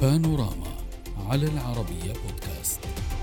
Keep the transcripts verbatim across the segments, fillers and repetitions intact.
بانوراما على العربية بودكاست.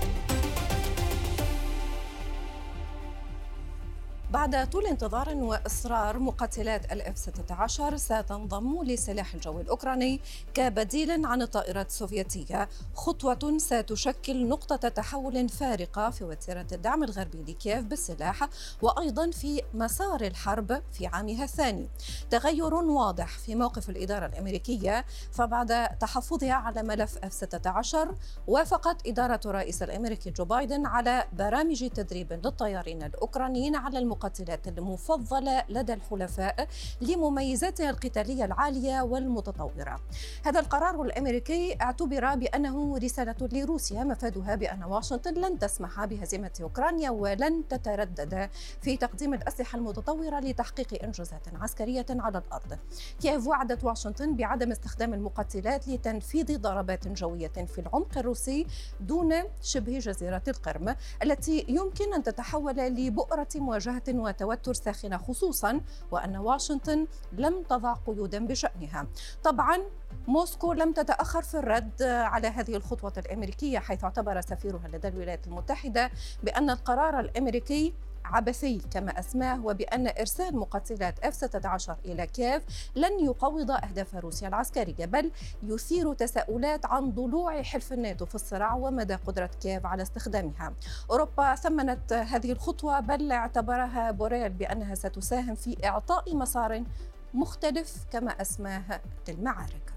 بعد طول انتظار وإصرار، مقاتلات الإف ستة عشر ستنضم لسلاح الجو الأوكراني كبديل عن الطائرات السوفيتية، خطوة ستشكل نقطة تحول فارقة في وتيرة الدعم الغربي لكييف بالسلاح وأيضا في مسار الحرب في عامها الثاني. تغير واضح في موقف الإدارة الأمريكية، فبعد تحفظها على ملف إف ستة عشر وافقت إدارة الرئيس الأمريكي جو بايدن على برامج تدريب للطيارين الأوكرانيين على المقاتلات المفضلة لدى الحلفاء لمميزاتها القتالية العالية والمتطورة. هذا القرار الأمريكي اعتبر بأنه رسالة لروسيا مفادها بأن واشنطن لن تسمح بهزيمة أوكرانيا ولن تتردد في تقديم الأسلحة المتطورة لتحقيق إنجازات عسكرية على الأرض. كييف وعدت واشنطن بعدم استخدام المقاتلات لتنفيذ ضربات جوية في العمق الروسي دون شبه جزيرة القرم التي يمكن أن تتحول لبؤرة مواجهة وتوتر ساخنة، خصوصا وأن واشنطن لم تضع قيودا بشأنها. طبعا موسكو لم تتأخر في الرد على هذه الخطوة الأمريكية، حيث اعتبر سفيرها لدى الولايات المتحدة بأن القرار الأمريكي عبثي كما أسماه، وبأن إرسال مقاتلات إف ستة عشر إلى كييف لن يقوض أهداف روسيا العسكرية، بل يثير تساؤلات عن ضلوع حلف الناتو في الصراع ومدى قدرة كييف على استخدامها. أوروبا ثمنت هذه الخطوة، بل اعتبرها بوريل بأنها ستساهم في إعطاء مسار مختلف كما أسماه للمعارك.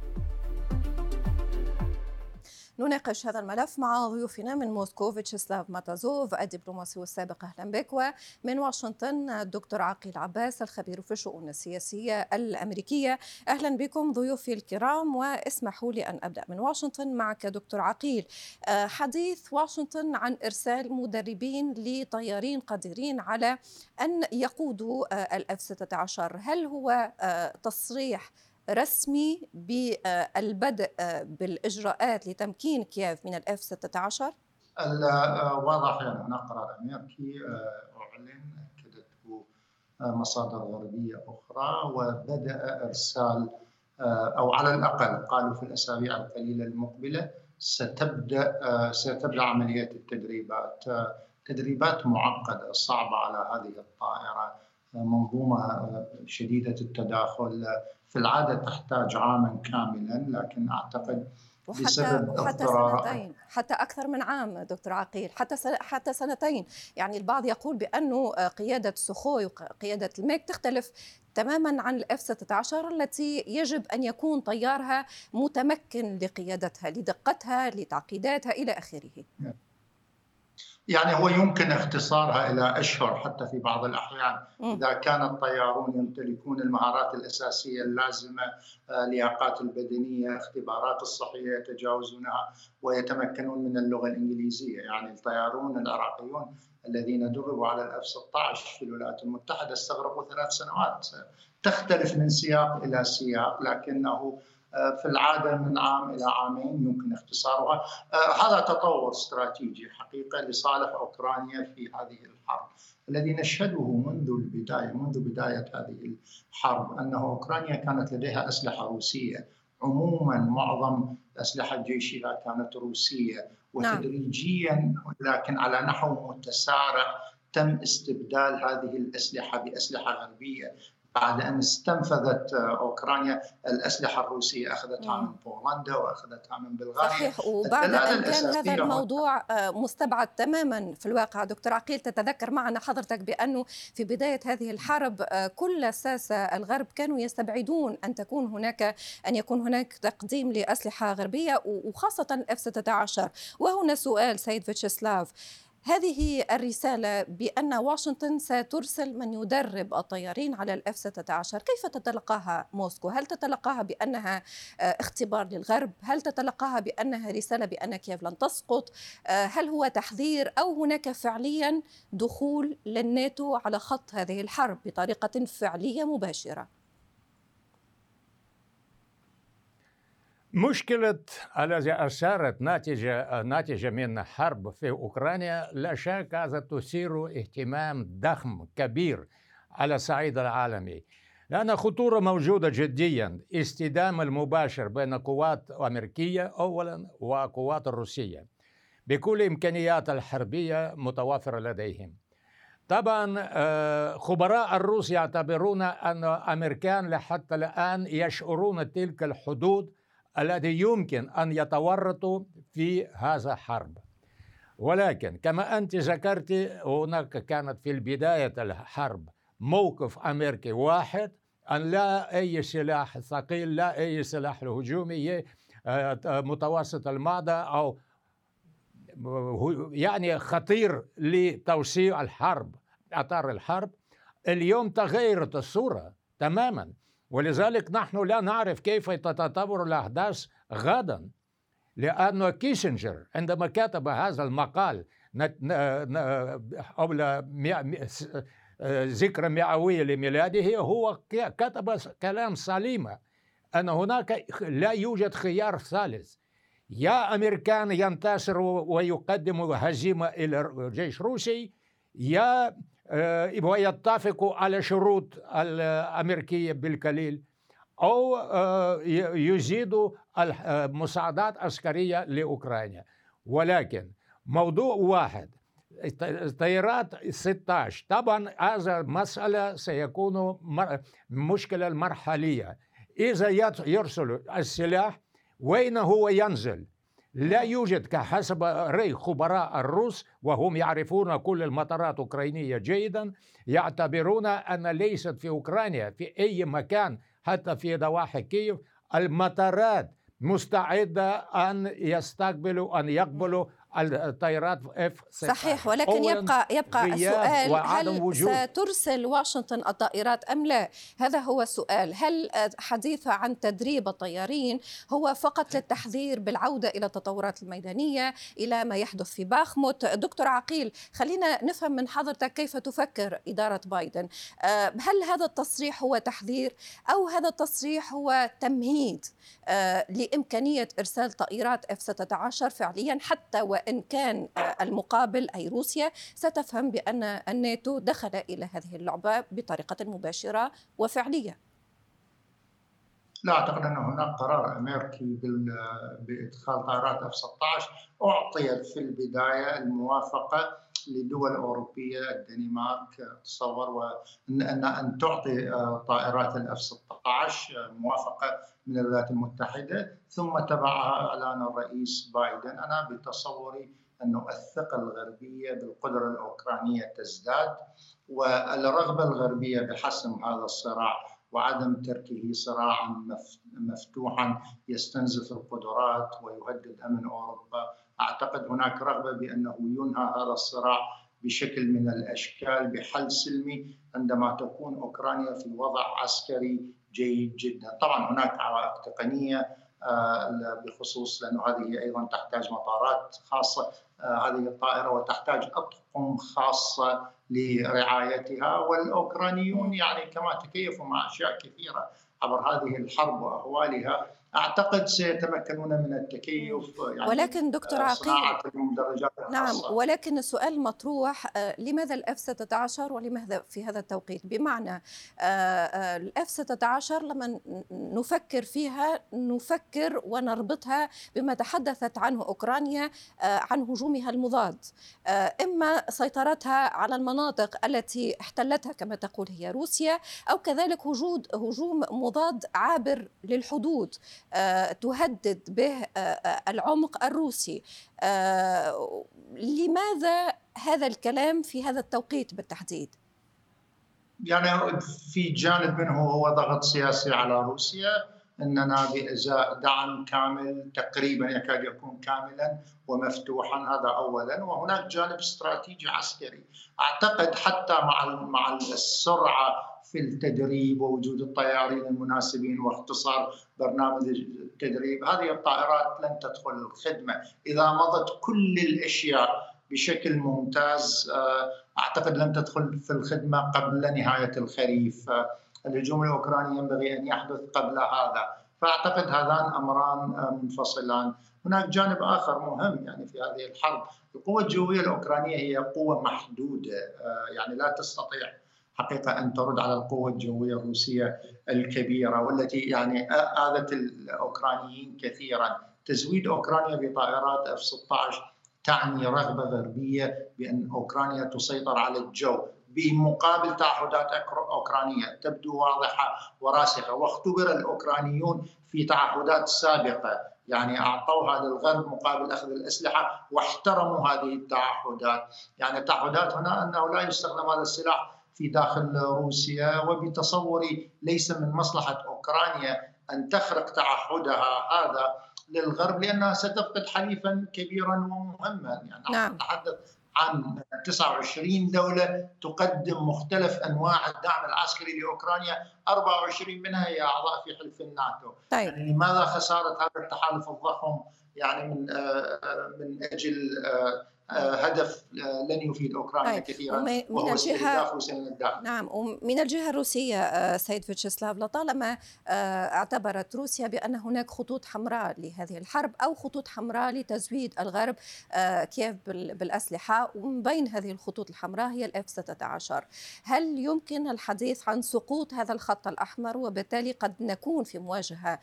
نناقش هذا الملف مع ضيوفنا من موسكو فيتشسلاف ماتازوف الدبلوماسي السابق، أهلا بك، ومن واشنطن الدكتور عقيل عباس الخبير في الشؤون السياسية الأمريكية. أهلا بكم ضيوفي الكرام، واسمحوا لي أن أبدأ من واشنطن معك دكتور عقيل. حديث واشنطن عن إرسال مدربين لطيارين قادرين على أن يقودوا الإف ستة عشر، هل هو تصريح رسمي بالبدء بالإجراءات لتمكين كييف من الإف ستة عشر؟ واضح أن قرار أمريكي أعلن أكدته مصادر غربية أخرى، وبدأ إرسال أو على الأقل قالوا في الأسابيع القليلة المقبلة ستبدأ ستبدأ عملية التدريبات تدريبات معقدة صعبة على هذه الطائرة، منظومة شديدة التداخل في العادة تحتاج عاما كاملا، لكن أعتقد وحتى حتى سنتين، حتى أكثر من عام دكتور عقيل، حتى حتى سنتين. يعني البعض يقول بأنه قيادة سخوي وقيادة الميك تختلف تماما عن الإف ستة عشر التي يجب أن يكون طيارها متمكن لقيادتها، لدقتها، لتعقيداتها إلى آخره. يعني هو يمكن اختصارها إلى أشهر حتى في بعض الأحيان إذا كان الطيارون يمتلكون المهارات الأساسية اللازمة، لياقات البدنية، اختبارات الصحية يتجاوزونها ويتمكنون من اللغة الإنجليزية. يعني الطيارون العراقيون الذين دربوا على الإف ستة عشر في الولايات المتحدة استغرقوا ثلاث سنوات. تختلف من سياق إلى سياق، لكنه في العادة من عام إلى عامين يمكن اختصارها. هذا تطور استراتيجي حقيقة لصالح أوكرانيا في هذه الحرب الذي نشهده منذ البداية منذ بداية هذه الحرب، أن أوكرانيا كانت لديها أسلحة روسية. عموما معظم أسلحة جيشها كانت روسية، وتدريجيا لكن على نحو متسارع تم استبدال هذه الأسلحة بأسلحة غربية بعد أن استنفذت أوكرانيا الأسلحة الروسية، أخذتها من بولندا وأخذتها من بلغاريا. صحيح، وبعد أن كان هذا الموضوع مستبعد تماما في الواقع. دكتور عقيل، تتذكر معنا حضرتك بأنه في بداية هذه الحرب كل ساسة الغرب كانوا يستبعدون أن تكون هناك أن يكون هناك تقديم لأسلحة غربية وخاصة الإف ستة عشر. وهنا سؤال سيد فيتشسلاف، هذه الرسالة بأن واشنطن سترسل من يدرب الطيارين على الإف ستة عشر، كيف تتلقاها موسكو؟ هل تتلقاها بأنها اختبار للغرب؟ هل تتلقاها بأنها رسالة بأن كييف لن تسقط؟ هل هو تحذير أو هناك فعليا دخول للناتو على خط هذه الحرب بطريقة فعلية مباشرة؟ مشكلة التي أثارت ناتجة ناتجة من حرب في أوكرانيا لا شك تثير اهتمام ضخم كبير على الصعيد العالمي. لأن خطورة موجودة جديا، اصطدام المباشر بين قوات أمريكية أولا وقوات الروسية بكل إمكانيات الحربية متوافرة لديهم. طبعا خبراء الروس يعتبرون أن الأمريكان لحتى الآن يشعرون تلك الحدود التي يمكن أن يتورطوا في هذا الحرب. ولكن كما أنت ذكرت، هناك كانت في البداية الحرب موقف أمريكي واحد، أن لا أي سلاح ثقيل، لا أي سلاح هجومي متوسط المدى أو يعني خطير لتوسيع الحرب، أطار الحرب. اليوم تغيرت الصورة تماما، ولذلك نحن لا نعرف كيف تتطور الأحداث غدا، لأن كيسنجر عندما كتب هذا المقال قبل ذكرى مئوية لميلاده، هو كتب كلام سليم أن هناك لا يوجد خيار ثالث، يا أمريكان ينتصروا ويقدموا هزيمة إلى الجيش الروسي، يا ويتفقوا على شروط الأمريكية بالقليل، أو يزيدوا المساعدات العسكرية لأوكرانيا. ولكن موضوع واحد، طيارات ستة عشر، طبعا هذا مسألة سيكون مشكلة مرحلية. إذا يرسل السلاح وين هو ينزل؟ لا يوجد كحسب رأي خبراء الروس، وهم يعرفون كل المطارات الأوكرانية جيدا، يعتبرون أن ليست في أوكرانيا في أي مكان حتى في ضواحي كييف المطارات مستعدة أن يستقبلوا أن يقبلوا الطائرات اف ستة عشر. صحيح، ولكن يبقى يبقى السؤال، هل وجود. سترسل واشنطن الطائرات أم لا؟ هذا هو السؤال. هل حديث عن تدريب الطيارين هو فقط للتحذير بالعودة إلى التطورات الميدانية، إلى ما يحدث في باخموت؟ دكتور عقيل، خلينا نفهم من حضرتك كيف تفكر إدارة بايدن. هل هذا التصريح هو تحذير، أو هذا التصريح هو تمهيد لإمكانية إرسال طائرات اف ستة عشر فعليا، حتى وإن كان المقابل أي روسيا ستفهم بأن الناتو دخل إلى هذه اللعبة بطريقة مباشرة وفعلية؟ لا أعتقد أن هناك قرار أمريكي بإدخال طائرات اف ستة عشر. أعطيت في البداية الموافقة لدول أوروبية، الدنمارك تصور، وأن أن تعطي طائرات الاف ستة عشر موافقة من الولايات المتحدة، ثم تبعها إعلان الرئيس بايدن. أنا بتصوري أن الثقة الغربية بالقدرة الأوكرانية تزداد، والرغبة الغربية بحسم هذا الصراع وعدم تركه صراعا مفتوحا يستنزف القدرات ويهدد أمن أوروبا. أعتقد هناك رغبة بأنه ينهى هذا الصراع بشكل من الأشكال بحل سلمي عندما تكون أوكرانيا في وضع عسكري جيد جدا. طبعا هناك عوائق تقنية بخصوص، لأن هذه أيضا تحتاج مطارات خاصة هذه الطائرة، وتحتاج أطقم خاصة لرعايتها، والأوكرانيون يعني كما تكيفوا مع أشياء كثيرة عبر هذه الحرب وأهوالها، أعتقد سيتمكنون من التكيف. يعني ولكن دكتور عقيل، نعم، الخاصة. ولكن السؤال المطروح، لماذا الاف ستة عشر ولماذا في هذا التوقيت؟ بمعنى الاف ستة عشر لما نفكر فيها نفكر ونربطها بما تحدثت عنه أوكرانيا عن هجومها المضاد، إما سيطرتها على المناطق التي احتلتها كما تقول هي روسيا، أو كذلك وجود هجوم مضاد عابر للحدود تهدد به العمق الروسي. لماذا هذا الكلام في هذا التوقيت بالتحديد؟ يعني في جانب منه هو ضغط سياسي على روسيا، أننا بإزاء دعم كامل تقريبا يكاد يكون كاملا ومفتوحا، هذا أولا. وهناك جانب استراتيجي عسكري. أعتقد حتى مع مع السرعة في التدريب ووجود الطيارين المناسبين واختصار برنامج التدريب، هذه الطائرات لن تدخل الخدمة إذا مضت كل الأشياء بشكل ممتاز. أعتقد لن تدخل في الخدمة قبل نهاية الخريف. الهجوم الأوكراني ينبغي أن يحدث قبل هذا، فأعتقد هذان أمران منفصلان. هناك جانب آخر مهم يعني في هذه الحرب، القوة الجوية الأوكرانية هي قوة محدودة، يعني لا تستطيع حقيقة أن ترد على القوة الجوية الروسية الكبيرة والتي يعني آذت الأوكرانيين كثيرا. تزويد أوكرانيا بطائرات إف ستة عشر تعني رغبة غربية بأن أوكرانيا تسيطر على الجو بمقابل تعهدات أوكرانية تبدو واضحة وراسخة، واختبر الأوكرانيون في تعهدات سابقة، يعني أعطوها للغرب مقابل أخذ الأسلحة واحترموا هذه التعهدات. يعني التعهدات هنا أنه لا يستخدم هذا السلاح في داخل روسيا، وبتصوري ليس من مصلحة أوكرانيا أن تخرق تعهدها هذا للغرب، لأنها ستفقد حليفا كبيرا ومهما. يعني نعم. نتحدث عن تسعة وعشرين دولة تقدم مختلف أنواع الدعم العسكري لأوكرانيا، أربعة وعشرين منها هي أعضاء في حلف الناتو. طيب. يعني لماذا خسارة هذا التحالف الضخم يعني من من أجل هدف لن يفيد أوكرانيا طيب. كثيرا وهو استهداف روسيا من الداخل. نعم. ومن الجهة الروسية سيد فيتشسلاف، لطالما اعتبرت روسيا بأن هناك خطوط حمراء لهذه الحرب أو خطوط حمراء لتزويد الغرب كييف بالأسلحة، ومن بين هذه الخطوط الحمراء هي الإف ستة عشر. هل يمكن الحديث عن سقوط هذا الخط الأحمر وبالتالي قد نكون في مواجهة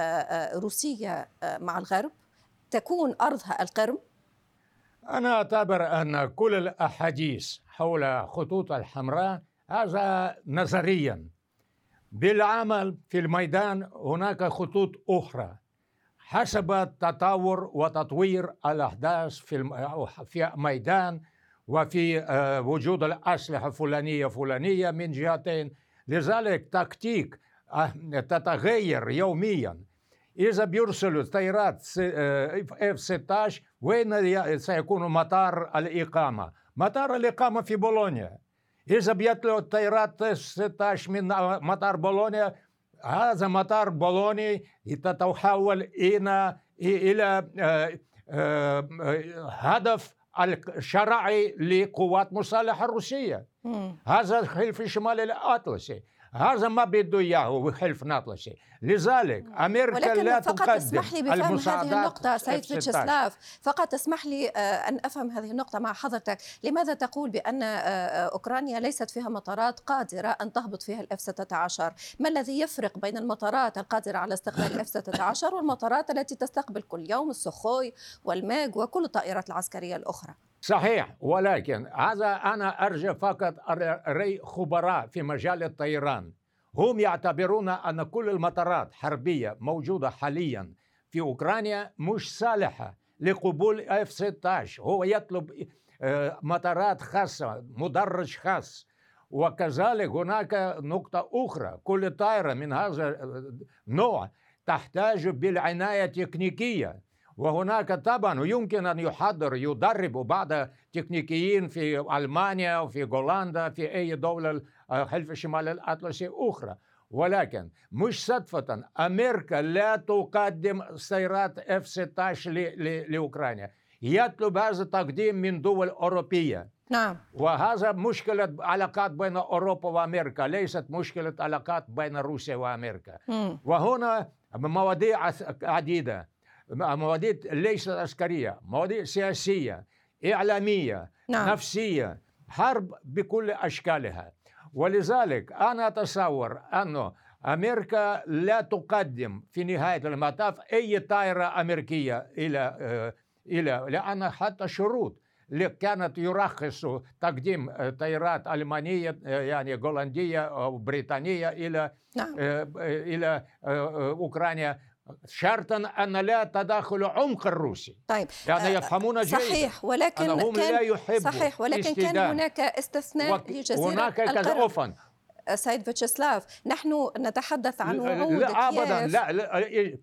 روسية مع الغرب تكون أرضها القرم؟ أنا أعتبر أن كل الأحاديث حول خطوط الحمراء هذا نظريا. بالعمل في الميدان هناك خطوط أخرى حسب تطور وتطوير الأحداث في في ميدان وفي وجود الأسلحة فلانية فلانية من جهتين. لذلك تكتيك تتغير يوميا. إذا بيرسلوا طائرات إف ستة عشر وين سيكون مطار الإقامة؟ مطار الإقامة في بولونيا. إذا بيطلعوا الطائرات إف ستة عشر من مطار بولونيا، هذا مطار بولوني تتحول إلى إلى هدف الشرعي لقوات مسلحة روسية. هذا حلف شمال الأطلسي، هذا ما بده إياه حلف الأطلسي. لذلك أمريكا لا تقدم فقط اسمح لي بفهم هذه النقطة سيد فيتشسلاف، فقط اسمح لي أن أفهم هذه النقطة مع حضرتك. لماذا تقول بأن أوكرانيا ليست فيها مطارات قادرة أن تهبط فيها الإف ستة عشر؟ ما الذي يفرق بين المطارات القادرة على استقبال الإف ستة عشر والمطارات التي تستقبل كل يوم السخوي والماج وكل الطائرات العسكرية الأخرى؟ صحيح، ولكن هذا أنا أرجع فقط رأي خبراء في مجال الطيران. هم يعتبرون أن كل المطارات حربية موجودة حاليا في أوكرانيا مش صالحة لقبول إف ستة عشر. هو يطلب مطارات خاصة، مدرج خاص. وكذلك هناك نقطة أخرى، كل طائرة من هذا النوع تحتاج بالعناية التكنيكية، وهناك طبعا يمكن أن يحضر يدرب بعض تكنيكيين في ألمانيا وفي هولندا في أي دولة حلف شمال الأطلسي أخرى. ولكن مش صدفة أمريكا لا تقدم سيارات إف ستة عشر لأوكرانيا، يطلب هذا التقديم من دول أوروبية. نعم. وهذا مشكلة علاقات بين أوروبا وأمريكا، ليست مشكلة علاقات بين روسيا وأمريكا. م. وهنا مواضيع عديدة، مواضيع ليست عسكرية، مواضيع سياسية، إعلامية، نعم. نفسية، حرب بكل أشكالها. ولذلك أنا أتصور أن أمريكا لا تقدم في نهاية المطاف أي طائرة أمريكية إلى إلى لأن حتى شروط كانت يرخص تقديم طائرات ألمانية يعني هولندية أو بريطانية إلى نعم. إلى أوكرانيا شرطا أن لا تداخل عمق الروسي. طيب يعني يفهمون جيدا. صحيح، ولكن هم لا يحبوا صحيح، ولكن استدام. كان هناك استثناء وك... لجزيرة هناك كذا أوفن. سيد فيتشسلاف، نحن نتحدث عن وعود لا أبدا لا, لا.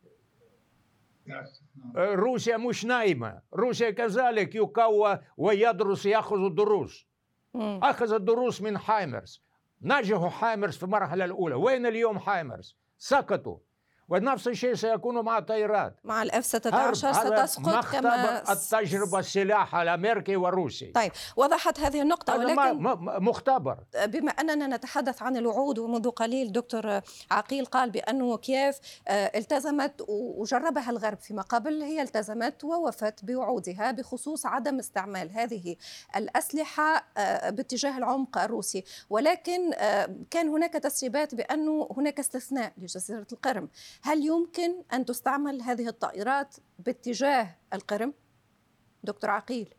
روسيا مش نايمة، روسيا كذلك يقوى ويدرس يأخذ الدروس. م. أخذ الدروس من هايمرس، نجحوا هايمرس في المرحلة الأولى. وين اليوم هايمرس؟ سقطوا. ونفس الشيء سيكون مع الطائرات. مع الاف ستة عشر ستسقط كما التجربة السلاح الأمريكي والروسي. طيب وضحت هذه النقطة، ولكن مختبر. بما أننا نتحدث عن الوعود، ومنذ قليل دكتور عقيل قال بأن كييف التزمت وجربها الغرب فيما قبل، هي التزمت ووفت بوعودها بخصوص عدم استعمال هذه الأسلحة باتجاه العمق الروسي، ولكن كان هناك تسريبات بأنه هناك استثناء لجزيرة القرم. هل يمكن أن تستعمل هذه الطائرات باتجاه القرم دكتور عقيل؟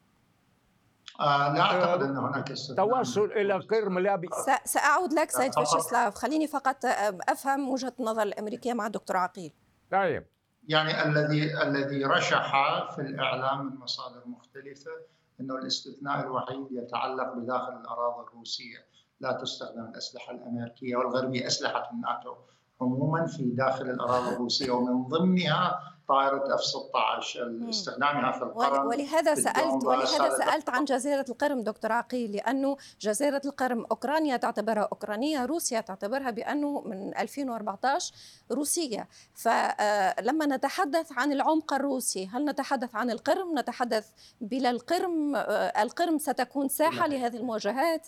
آه لا أعتقد أن هناك توصل إلى القرم. لا بي... سأعود لك سيد فيتشسلاف، خليني فقط أفهم وجهة النظر الأمريكية مع الدكتور عقيل. طيب. يعني الذي الذي رشح في الإعلام من مصادر مختلفة أنه الاستثناء الوحيد يتعلق بداخل الأراضي الروسية، لا تستخدم الأسلحة الأمريكية والغربية، أسلحة الناتو عموما في داخل الأراضي الروسية، ومن ضمنها طائرة اف ستة عشر استخدامها في القرم. ولهذا سألت ولهذا سألت عن جزيرة القرم دكتور عقيل، لأنه جزيرة القرم أوكرانيا تعتبرها أوكرانية، روسيا تعتبرها بأنه من ألفين وأربعة عشر روسية. فلما نتحدث عن العمق الروسي، هل نتحدث عن القرم؟ نتحدث بلا القرم؟ القرم ستكون ساحة لهذه المواجهات؟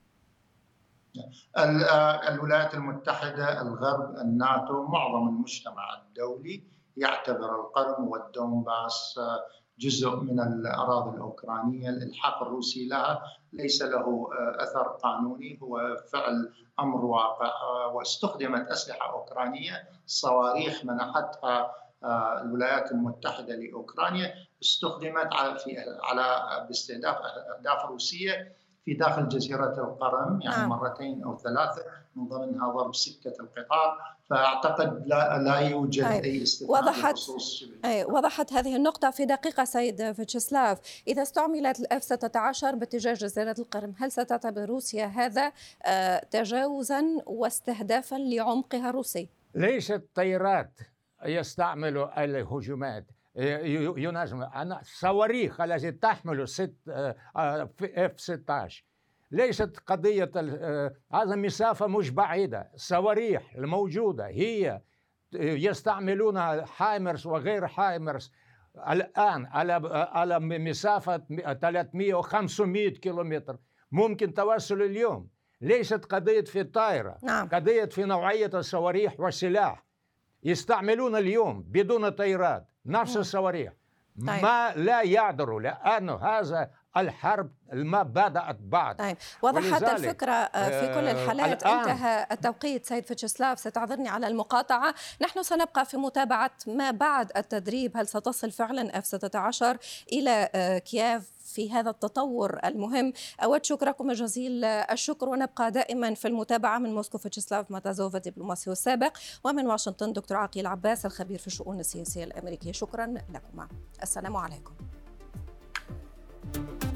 الولايات المتحدة، الغرب، الناتو، معظم المجتمع الدولي يعتبر القرم والدونباس جزء من الأراضي الأوكرانية. الإلحاق الروسي لها ليس له أثر قانوني، هو فعل أمر واقع، واستخدمت أسلحة أوكرانية، صواريخ منحتها الولايات المتحدة لأوكرانيا استخدمت على باستهداف أهداف روسية في داخل جزيرة القرم، يعني نعم. مرتين أو ثلاثة، من ضمنها ضرب سكة القطار. فأعتقد لا, لا يوجد أي, أي استثناء وضحت بخصوص أي وضحت هذه النقطة في دقيقة سيد فيتشسلاف. إذا استعملت الإف ستة عشر باتجاه جزيرة القرم، هل ستعتبر روسيا هذا تجاوزا واستهدافا لعمقها الروسي؟ ليست طائرات يستعملوا الهجومات، ينظم أنا الصواريخ التي تحمل ست اف ستة عشر ليست قضية. هذا مسافة مش بعيدة، الصواريخ الموجودة هي يستعملون هايمرس وغير هايمرس الآن على على مسافة ثلاثمئة وخمسمئة كيلومتر، ممكن توصل اليوم. ليست قضية في الطائرة، نعم. قضية في نوعية الصواريخ والسلاح. يستعملون اليوم بدون طائرات نفس الصواريخ. طيب. ما لا يعذروا، لأنه هذا الحرب ما بدأت بعد. طيب. وضحت الفكرة في كل الحالات. آه انتهى التوقيت سيد فيتشسلاف، ستعذرني على المقاطعة. نحن سنبقى في متابعة ما بعد التدريب، هل ستصل فعلا اف ستة عشر إلى كييف في هذا التطور المهم. أود شكركم جزيل الشكر، ونبقى دائما في المتابعة. من موسكو فيتشسلاف ماتازوف الدبلوماسي السابق، ومن واشنطن دكتور عقيل عباس الخبير في الشؤون السياسية الأمريكية. شكرا لكم. السلام عليكم.